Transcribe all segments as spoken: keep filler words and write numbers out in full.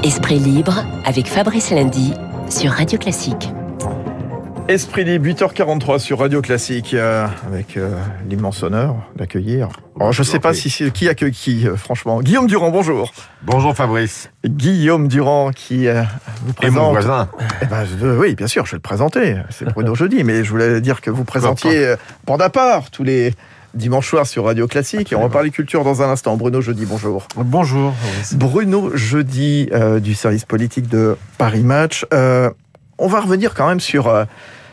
Esprit libre avec Fabrice Lundy sur Radio Classique. Esprit libre, huit heures quarante-trois sur Radio Classique, euh, avec euh, l'immense honneur d'accueillir. Alors, je ne sais pas si c'est qui accueille qui, euh, franchement. Guillaume Durand, bonjour. Bonjour Fabrice. Guillaume Durand qui euh, vous présente. Et mon voisin. Eh ben, je, oui, bien sûr, je vais le présenter. C'est Bruno Jeudi, mais je voulais dire que vous présentiez euh, Bande à part tous les dimanches soirs sur Radio Classique. Absolument. Et on va parler culture dans un instant. Bruno Jeudi, bonjour. Bonjour. Bruno Jeudi euh, du service politique de Paris Match. Euh, on va revenir quand même sur euh,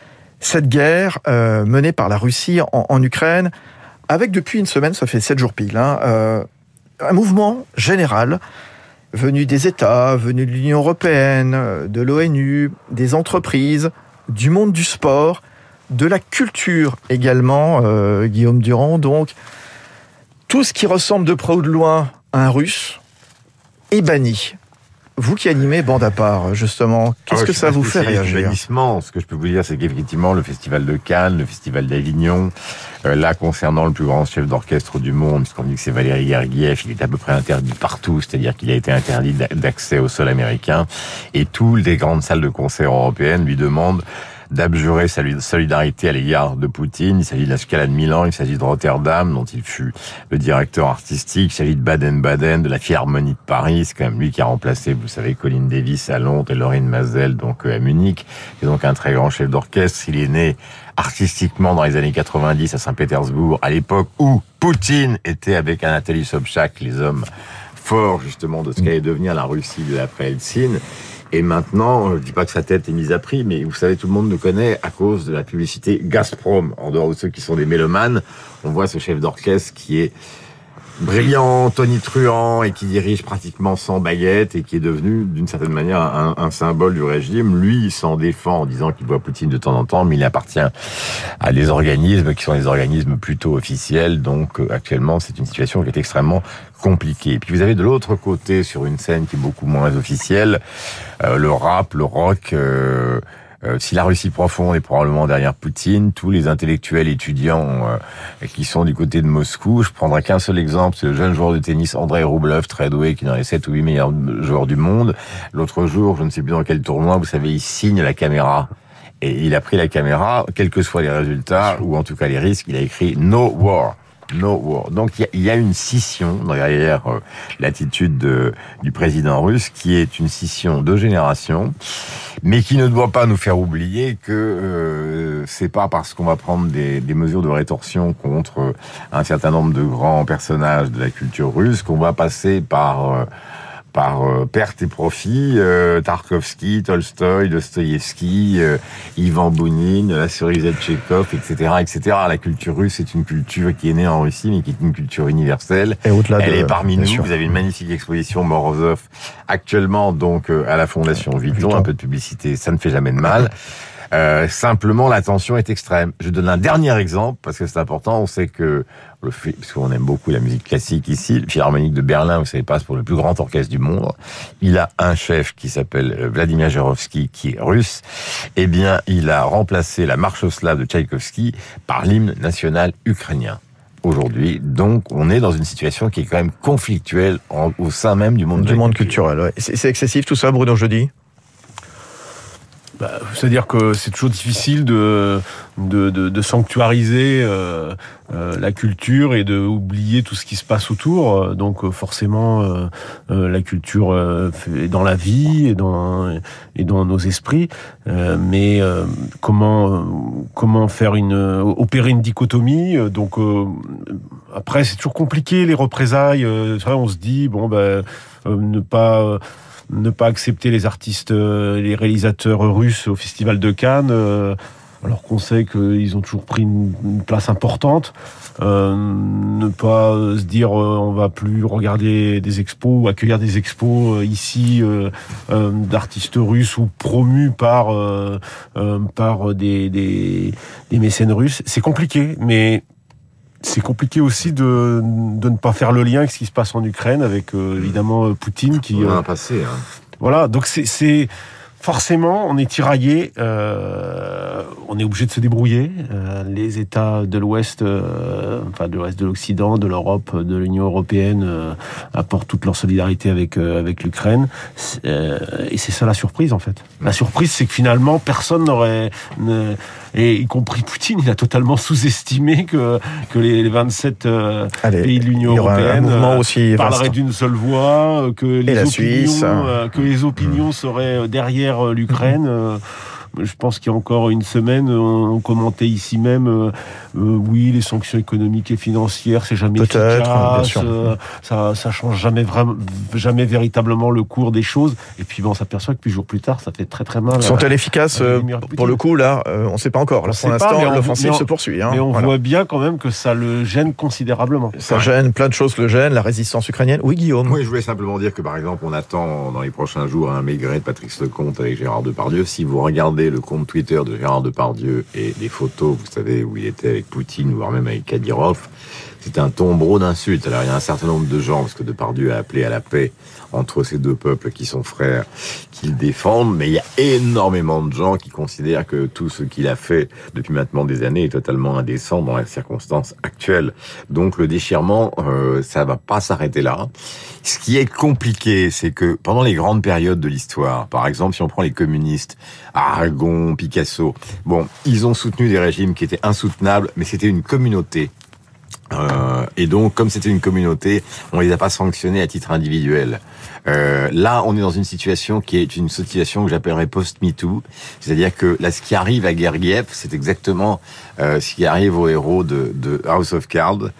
cette guerre euh, menée par la Russie en, en Ukraine, avec depuis une semaine, ça fait sept jours pile, hein, euh, un mouvement général venu des États, venu de l'Union européenne, de l'ONU, des entreprises, du monde du sport, de la culture également, euh, Guillaume Durand. Donc, tout ce qui ressemble de près ou de loin à un Russe est banni. Vous qui animez Bande à part, justement, qu'est-ce ah ouais, que ça vous fait réagir ? Bannissement, ce que je peux vous dire, c'est qu'effectivement, le Festival de Cannes, le Festival d'Avignon, euh, là, concernant le plus grand chef d'orchestre du monde, puisqu'on dit que c'est Valéry Gergiev, il est à peu près interdit partout, c'est-à-dire qu'il a été interdit d'accès au sol américain, et toutes les grandes salles de concert européennes lui demandent d'abjurer sa solidarité à l'égard de Poutine. Il s'agit de la Scala de Milan, il s'agit de Rotterdam, dont il fut le directeur artistique, il s'agit de Baden-Baden, de la Philharmonie de Paris, c'est quand même lui qui a remplacé, vous savez, Colin Davis à Londres et Lorin Maazel donc à Munich, c'est donc un très grand chef d'orchestre. Il est né artistiquement dans les années quatre-vingt-dix à Saint-Pétersbourg, à l'époque où Poutine était avec Anatoly Sobchak, les hommes forts justement de ce qu'allait devenir la Russie de l'après-Helsinki. Et maintenant, je dis pas que sa tête est mise à prix, mais vous savez, tout le monde le connaît à cause de la publicité Gazprom. En dehors de ceux qui sont des mélomanes, on voit ce chef d'orchestre qui est brillant, tonitruant et qui dirige pratiquement sans baguette et qui est devenu, d'une certaine manière, un, un symbole du régime. Lui, il s'en défend en disant qu'il voit Poutine de temps en temps, mais il appartient à des organismes qui sont des organismes plutôt officiels. Donc, actuellement, c'est une situation qui est extrêmement compliquée. Et puis, vous avez de l'autre côté, sur une scène qui est beaucoup moins officielle, euh, le rap, le rock. Euh, Euh, si la Russie profonde est probablement derrière Poutine, tous les intellectuels étudiants euh, qui sont du côté de Moscou, je prendrai qu'un seul exemple, c'est le jeune joueur de tennis Andrei Rublev, très doué, qui est dans les sept ou huit meilleurs joueurs du monde. L'autre jour, je ne sais plus dans quel tournoi, vous savez, il signe la caméra. Et il a pris la caméra, quels que soient les résultats, ou en tout cas les risques, il a écrit « No War ». No war. Donc il y, y a une scission derrière euh, l'attitude de, du président russe qui est une scission de génération, mais qui ne doit pas nous faire oublier que euh, c'est pas parce qu'on va prendre des, des mesures de rétorsion contre un certain nombre de grands personnages de la culture russe qu'on va passer par euh, par euh, perte et profit, euh, Tarkovsky, Tolstoï, Dostoïevski, euh, Ivan Bounine, la cerisette de Tchekhov, et cetera, et cetera. La culture russe est une culture qui est née en Russie, mais qui est une culture universelle. Et au-delà Elle de, est parmi nous. sûr. Vous avez une magnifique exposition Morozov actuellement, donc euh, à la Fondation Vuitton. Vuitton. Un peu de publicité, ça ne fait jamais de mal. Euh, simplement, la tension est extrême. Je donne un dernier exemple, parce que c'est important. On sait que, le, parce qu'on aime beaucoup la musique classique ici, le Philharmonique de Berlin, vous savez, passe pour le plus grand orchestre du monde. Il a un chef qui s'appelle Vladimir Jairovski, qui est russe. Eh bien, il a remplacé la marche aux Slaves de Tchaïkovski par l'hymne national ukrainien. Aujourd'hui, donc, on est dans une situation qui est quand même conflictuelle en, au sein même du monde, du monde culturel. Ouais. C'est, c'est excessif tout ça, Bruno Jeudi ? Bah, c'est-à-dire que c'est toujours difficile de de, de, de sanctuariser euh, euh, la culture et de oublier tout ce qui se passe autour. Donc euh, forcément, euh, euh, la culture euh, est dans la vie et dans et dans nos esprits. Euh, mais euh, comment euh, comment faire une opérer une dichotomie. Donc euh, après, c'est toujours compliqué les représailles. Euh, on se dit bon ben euh, ne pas euh, ne pas accepter les artistes, euh, les réalisateurs russes au Festival de Cannes, euh, alors qu'on sait qu'ils ont toujours pris une, une place importante. Euh, ne pas se dire euh, on va plus regarder des expos ou accueillir des expos euh, ici euh, euh, d'artistes russes ou promus par euh, euh, par des, des des mécènes russes. C'est compliqué, mais c'est compliqué aussi de, de ne pas faire le lien avec ce qui se passe en Ukraine, avec euh, évidemment Poutine qui... On a euh, un passé. Hein. Voilà, donc c'est, c'est, Forcément, on est tiraillé, euh, on est obligé de se débrouiller. Euh, les États de l'Ouest, euh, enfin de l'Ouest de l'Occident, de l'Europe, de l'Union européenne euh, apportent toute leur solidarité avec euh, avec l'Ukraine. Euh, et c'est ça la surprise en fait. La surprise, c'est que finalement personne n'aurait, ne, et y compris Poutine, il a totalement sous-estimé que que les, les vingt-sept euh, Allez, pays de l'Union européenne un aussi parleraient d'une seule voix, que les et opinions, Suisse, euh, que les opinions mmh. seraient derrière l'Ukraine. Euh, je pense qu'il y a encore une semaine, on commentait ici même, euh, euh, oui, les sanctions économiques et financières, c'est jamais Peut-être, efficace, euh, ça, ça change jamais vraiment, jamais véritablement le cours des choses. Et puis bon, on s'aperçoit que puis jours plus tard, ça fait très très mal. Sont-elles efficaces euh, pour le coup là euh, on ne sait pas encore. Là, pour l'instant, pas, l'offensive on, se poursuit. Hein, mais on voilà. voit bien quand même que ça le gêne considérablement. Ça ouais. gêne, plein de choses le gênent. La résistance ukrainienne. Oui, Guillaume. Oui, je voulais simplement dire que par exemple, on attend dans les prochains jours un maigret de Patrick Lecomte avec Gérard Depardieu. Si vous regardez le compte Twitter de Gérard Depardieu et les photos, vous savez, où il était avec Poutine, voire même avec Kadyrov, c'est un tombereau d'insultes. Alors, il y a un certain nombre de gens, parce que Depardieu a appelé à la paix entre ces deux peuples qui sont frères, qui le défendent, mais il y a énormément de gens qui considèrent que tout ce qu'il a fait depuis maintenant des années est totalement indécent dans les circonstances actuelles. Donc, le déchirement, euh, ça va pas s'arrêter là. Ce qui est compliqué, c'est que pendant les grandes périodes de l'histoire, par exemple, si on prend les communistes, Aragon, Picasso, bon, ils ont soutenu des régimes qui étaient insoutenables, mais c'était une communauté. Euh, et donc, comme c'était une communauté, on les a pas sanctionnés à titre individuel. Euh, là, on est dans une situation qui est une situation que j'appellerais post-MeToo, c'est-à-dire que là, ce qui arrive à Gergiev, c'est exactement euh, ce qui arrive aux héros de, de House of Cards,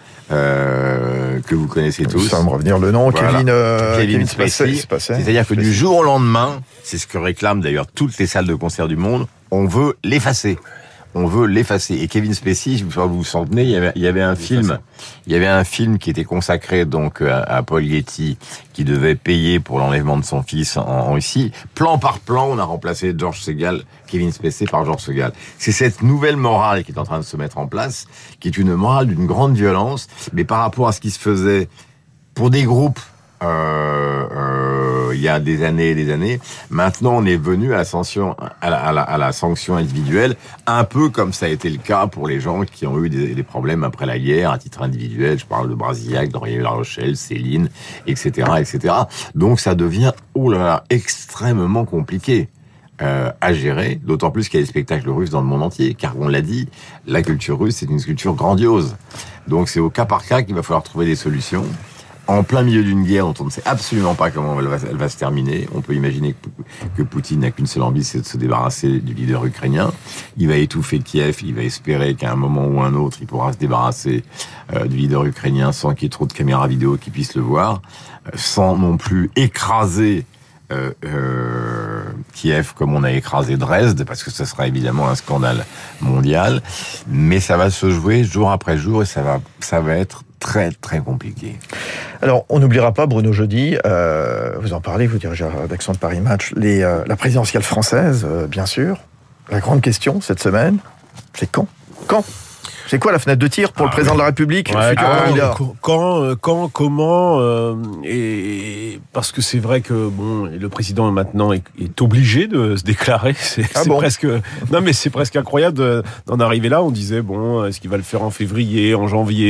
euh, que vous connaissez tous. Ça va me revenir le nom, voilà. Kevin, euh, Kevin, Kevin Spacey. Spacey. C'est-à-dire que du jour au lendemain, c'est ce que réclament d'ailleurs toutes les salles de concert du monde, on veut l'effacer. On veut l'effacer. Et Kevin Spacey, je vous vous souvenez, il y avait, il y avait un film, il y avait un film qui était consacré donc à, à Paul Getty, qui devait payer pour l'enlèvement de son fils en, en Russie. Plan par plan, on a remplacé George Segal, Kevin Spacey par George Segal. C'est cette nouvelle morale qui est en train de se mettre en place, qui est une morale d'une grande violence, mais par rapport à ce qui se faisait pour des groupes Euh, euh, il y a des années et des années. Maintenant, on est venu à la sanction, à la, à la, à la sanction individuelle, un peu comme ça a été le cas pour les gens qui ont eu des, des problèmes après la guerre, à titre individuel. Je parle de Brasillac, d'Henriette La Rochelle, Céline, et cetera, et cetera. Donc, ça devient, oh là là, extrêmement compliqué. Euh, à gérer, d'autant plus qu'il y a des spectacles russes dans le monde entier, car on l'a dit, la culture russe, c'est une culture grandiose. Donc, c'est au cas par cas qu'il va falloir trouver des solutions. En plein milieu d'une guerre dont on ne sait absolument pas comment elle va, elle va se terminer. On peut imaginer que, que Poutine n'a qu'une seule envie, c'est de se débarrasser du leader ukrainien. Il va étouffer Kiev, il va espérer qu'à un moment ou un autre, il pourra se débarrasser euh, du leader ukrainien sans qu'il y ait trop de caméras vidéo qui puissent le voir, euh, sans non plus écraser euh, euh, Kiev comme on a écrasé Dresde, parce que ce sera évidemment un scandale mondial. Mais ça va se jouer jour après jour et ça va, ça va être très très compliqué. Alors, on n'oubliera pas, Bruno Jeudi, euh, vous en parlez, vous dirigez la rédaction de Paris Match, les, euh, la présidentielle française, euh, bien sûr. La grande question cette semaine, c'est quand Quand C'est quoi la fenêtre de tir pour ah, le président de la République, ouais, le futur ah, candidat ? Quand, quand, comment euh, et parce que c'est vrai que bon, le président maintenant est, est obligé de se déclarer. C'est, ah c'est bon presque non mais c'est presque incroyable de, d'en arriver là. On disait bon, est-ce qu'il va le faire en février, en janvier ?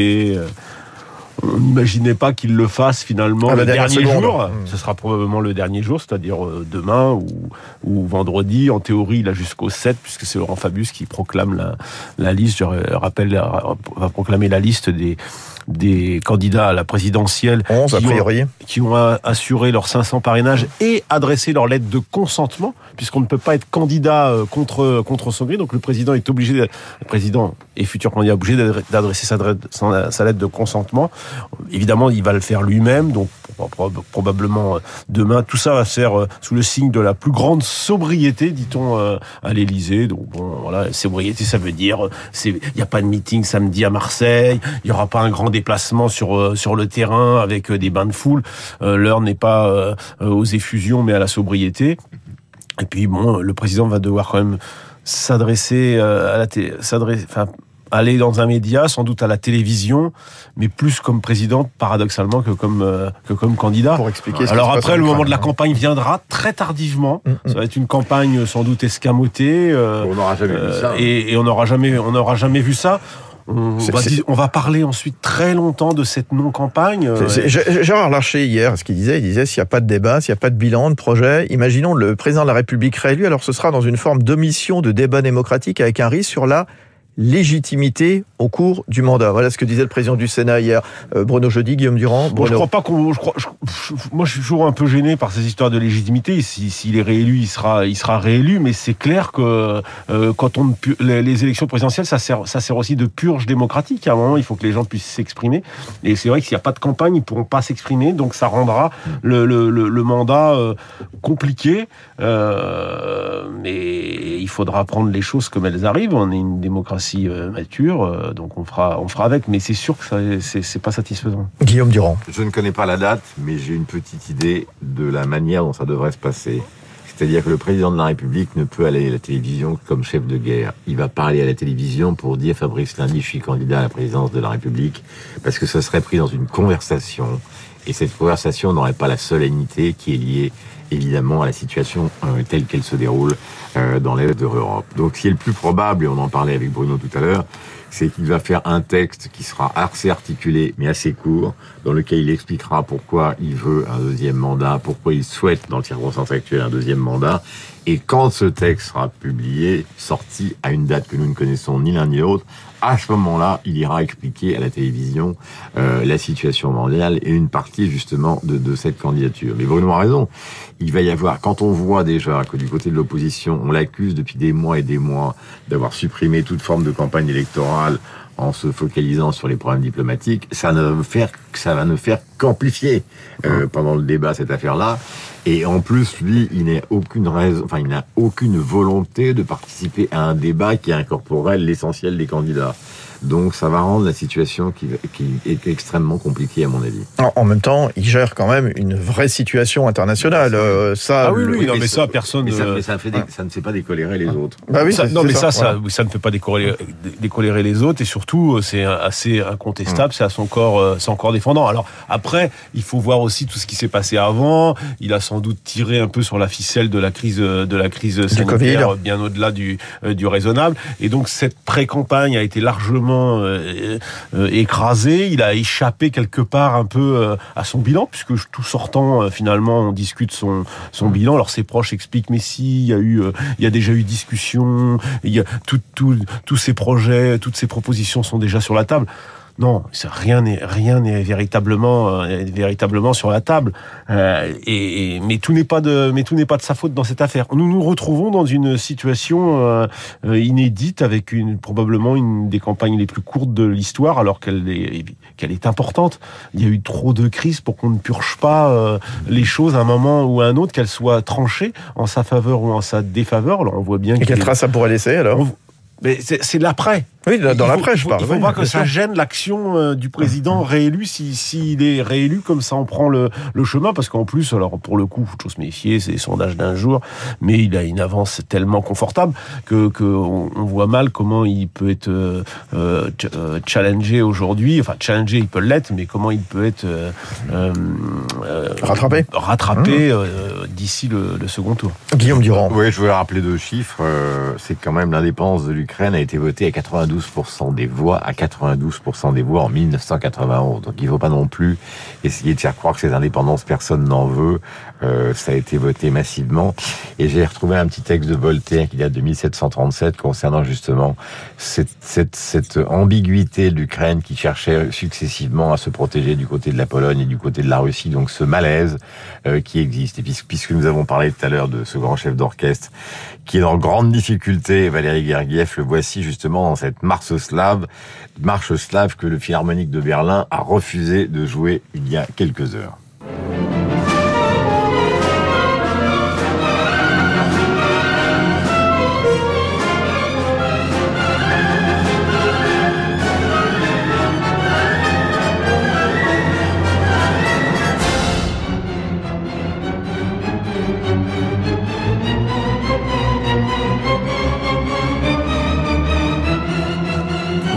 On n'imaginait pas qu'il le fasse finalement ah, le dernier seconde. jour. Mmh. Ce sera probablement le dernier jour, c'est-à-dire demain ou, ou vendredi. En théorie, il a jusqu'au sept, puisque c'est Laurent Fabius qui proclame la, la liste. Je rappelle, va proclamer la liste des, des candidats à la présidentielle onze, a priori. Ont, qui ont assuré leurs cinq cents parrainages et adressé leur lettre de consentement, puisqu'on ne peut pas être candidat contre, contre son gré. Donc le président est obligé, de, le président et futur candidat obligé d'adresser sa, sa lettre de consentement. Évidemment, il va le faire lui-même, donc probablement demain. Tout ça va se faire sous le signe de la plus grande sobriété, dit-on, à l'Élysée. Donc bon, voilà, sobriété, ça veut dire il n'y a pas de meeting samedi à Marseille, il n'y aura pas un grand déplacement sur sur le terrain avec des bains de foule. L'heure n'est pas aux effusions, mais à la sobriété. Et puis bon, le président va devoir quand même s'adresser à la télé, s'adresser, enfin, aller dans un média, sans doute à la télévision, mais plus comme président, paradoxalement, que comme, euh, que comme candidat. Pour expliquer ce Alors qui se après, passe en le moment Ukraine, de la hein. campagne viendra très tardivement. Mm, mm. Ça va être une campagne sans doute escamotée. Euh, On n'aura jamais euh, vu ça. Et, et on n'aura jamais, on n'aura jamais vu ça. On C'est- va, c'est- dis- on va parler ensuite très longtemps de cette non-campagne. euh, C'est- c'est- G- Gérard Larcher, hier, ce qu'il disait, il disait, s'il n'y a pas de débat, s'il n'y a pas de bilan, de projet, imaginons le président de la République réélu, alors ce sera dans une forme d'omission de débat démocratique avec un risque sur la légitimité au cours du mandat. Voilà ce que disait le président du Sénat hier. Euh, Bruno Jeudi, Guillaume Durand. Moi, je Bruno. crois pas qu'on. Je crois, je- je- moi, je suis toujours un peu gêné par ces histoires de légitimité. Si- S'il est réélu, il sera, il sera réélu. Mais c'est clair que euh, quand on ne pu- les, les élections présidentielles, ça sert, ça sert aussi de purge démocratique. À un moment, il faut que les gens puissent s'exprimer. Et c'est vrai que s'il n'y a pas de campagne, ils pourront pas s'exprimer. Donc, ça rendra le, le, le, le mandat euh, compliqué. Euh, mais il faudra prendre les choses comme elles arrivent. On est une démocratie euh, mature, euh, donc on fera, on fera avec. Mais c'est sûr que ça, c'est, c'est pas satisfaisant. Guillaume Durand. Je ne connais pas la date, mais j'ai une petite idée de la manière dont ça devrait se passer. C'est-à-dire que le président de la République ne peut aller à la télévision comme chef de guerre. Il va parler à la télévision pour dire Fabrice Lundy, je suis candidat à la présidence de la République, parce que ce serait pris dans une conversation, et cette conversation n'aurait pas la solennité qui est liée évidemment à la situation euh, telle qu'elle se déroule euh, dans l'est de l'Europe. Donc ce qui est le plus probable, et on en parlait avec Bruno tout à l'heure, c'est qu'il va faire un texte qui sera assez articulé, mais assez court, dans lequel il expliquera pourquoi il veut un deuxième mandat, pourquoi il souhaite, dans le circonstance actuelle, un deuxième mandat. Et quand ce texte sera publié, sorti à une date que nous ne connaissons ni l'un ni l'autre, à ce moment-là, il ira expliquer à la télévision euh, la situation mondiale et une partie, justement, de, de cette candidature. Mais Bruno a raison. Il va y avoir, quand on voit déjà que du côté de l'opposition, on l'accuse depuis des mois et des mois d'avoir supprimé toute forme de campagne électorale en se focalisant sur les problèmes diplomatiques, ça, ne va faire, ça va ne faire qu'amplifier euh, pendant le débat cette affaire-là. Et en plus, lui, il n'a aucune raison, enfin, il n'a aucune volonté de participer à un débat qui incorporerait l'essentiel des candidats. Donc, ça va rendre la situation qui, qui est extrêmement compliquée, à mon avis. En, en même temps, il gère quand même une vraie situation internationale. Euh, ça, Ah oui, le- oui, non, mais mais ça- ça, personne. Mais ça, euh, mais ça, fait des- ça ne fait pas décolérer les autres. Bah oui, Ça- c'est- non, c'est mais ça, ça, voilà. ça ne fait pas décolérer, décolérer les autres, et surtout, euh, c'est assez incontestable, c'est à son corps, euh, son corps défendant. Alors après, il faut voir aussi tout ce qui s'est passé avant. Il a sans doute tiré un peu sur la ficelle de la crise, de la crise sanitaire, Covid. bien au-delà du, euh, du raisonnable. Et donc cette pré-campagne a été largement euh, euh, écrasée. Il a échappé quelque part un peu euh, à son bilan, puisque tout sortant, euh, finalement, on discute son son bilan. Alors ses proches expliquent, mais si, il y a eu, euh, il y a déjà eu discussion, il y a tout, tout, tous ces projets, toutes ces propositions sont déjà sur la table. Non, ça, rien n'est rien n'est véritablement euh, véritablement sur la table. Euh, et, et mais tout n'est pas de mais tout n'est pas de sa faute dans cette affaire. Nous nous retrouvons dans une situation euh, euh, inédite, avec une probablement une des campagnes les plus courtes de l'histoire, alors qu'elle est qu'elle est importante. Il y a eu trop de crises pour qu'on ne purge pas euh, les choses à un moment ou à un autre, qu'elles soient tranchées en sa faveur ou en sa défaveur. Alors on voit bien Et qu'il quelle est- trace ça pourrait laisser alors? on- mais c'est, c'est l'après. Oui, dans Il faut- l'après, il je faut- parle. Il ne faut oui, pas que bien ça sûr. gêne l'action euh, du président réélu si s'il est réélu comme ça on prend le, le chemin, parce qu'en plus, alors pour le coup, faut se méfier, c'est des sondages d'un jour, mais il a une avance tellement confortable que, que on, on voit mal comment il peut être euh, euh, ch- euh, challengé aujourd'hui. Enfin, challengé, il peut l'être, mais comment il peut être euh, euh, euh, Rattrapé. rattrapé euh, d'ici le, le second tour. Guillaume Durand. Oui, je voulais rappeler deux chiffres. Euh, c'est quand même l'indépendance de l'Ukraine a été votée à quatre-vingt-douze pour cent des voix, à quatre-vingt-douze pour cent des voix en mille neuf cent quatre-vingt-onze. Donc il ne faut pas non plus essayer de faire croire que ces indépendances, personne n'en veut. Euh, ça a été voté massivement. Et j'ai retrouvé un petit texte de Voltaire qui date de mille sept cent trente-sept concernant justement cette, cette, cette ambiguïté de l'Ukraine qui cherchait successivement à se protéger du côté de la Pologne et du côté de la Russie. Donc ce malaise euh, qui existe. Et puisque, puisque nous avons parlé tout à l'heure de ce grand chef d'orchestre qui est en grande difficulté, Valéry Gergiev, le voici justement dans cette marche slave, marche slave que le Philharmonique de Berlin a refusé de jouer il y a quelques heures.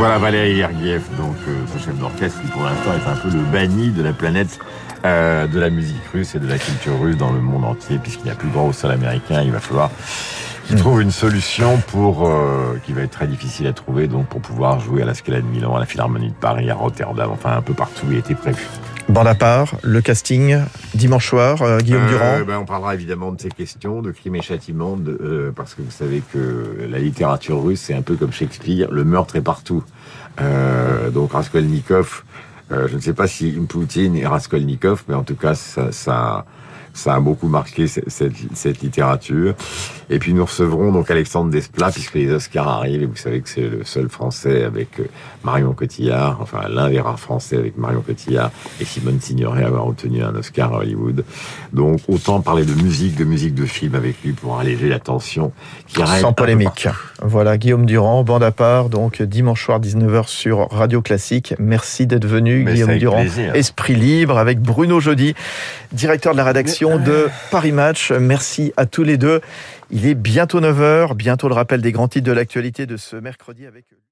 Voilà Valéry Gergiev, donc euh, ce chef d'orchestre qui pour l'instant est un peu le banni de la planète euh, de la musique russe et de la culture russe dans le monde entier, puisqu'il n'y a plus droit au sol américain. Il va falloir qu'il trouve une solution pour euh, qui va être très difficile à trouver, donc pour pouvoir jouer à la Scala de Milan, à la Philharmonie de Paris, à Rotterdam, enfin un peu partout il était prévu. Bande à part, le casting, dimanche soir, euh, Guillaume euh, Durand. Ben, on parlera évidemment de ces questions, de Crime et Châtiment, de, euh, parce que vous savez que la littérature russe, c'est un peu comme Shakespeare, le meurtre est partout. Euh, donc Raskolnikov, euh, je ne sais pas si Poutine est Raskolnikov, mais en tout cas, ça, ça, ça a beaucoup marqué cette, cette, cette littérature. Et puis nous recevrons donc Alexandre Desplat, puisque les Oscars arrivent, et vous savez que c'est le seul Français avec Marion Cotillard, enfin l'un des rares Français avec Marion Cotillard et Simone Signoret à avoir obtenu un Oscar à Hollywood. Donc autant parler de musique, de musique de film avec lui pour alléger la tension qui règne. Sans polémique. Voilà, Guillaume Durand, Bande à part, donc dimanche soir dix-neuf heures sur Radio Classique. Merci d'être venu, Mais Guillaume Durand. Plaisir. Esprit libre avec Bruno Jeudi, directeur de la rédaction de Paris Match. Merci à tous les deux. Il est bientôt neuf heures, bientôt le rappel des grands titres de l'actualité de ce mercredi avec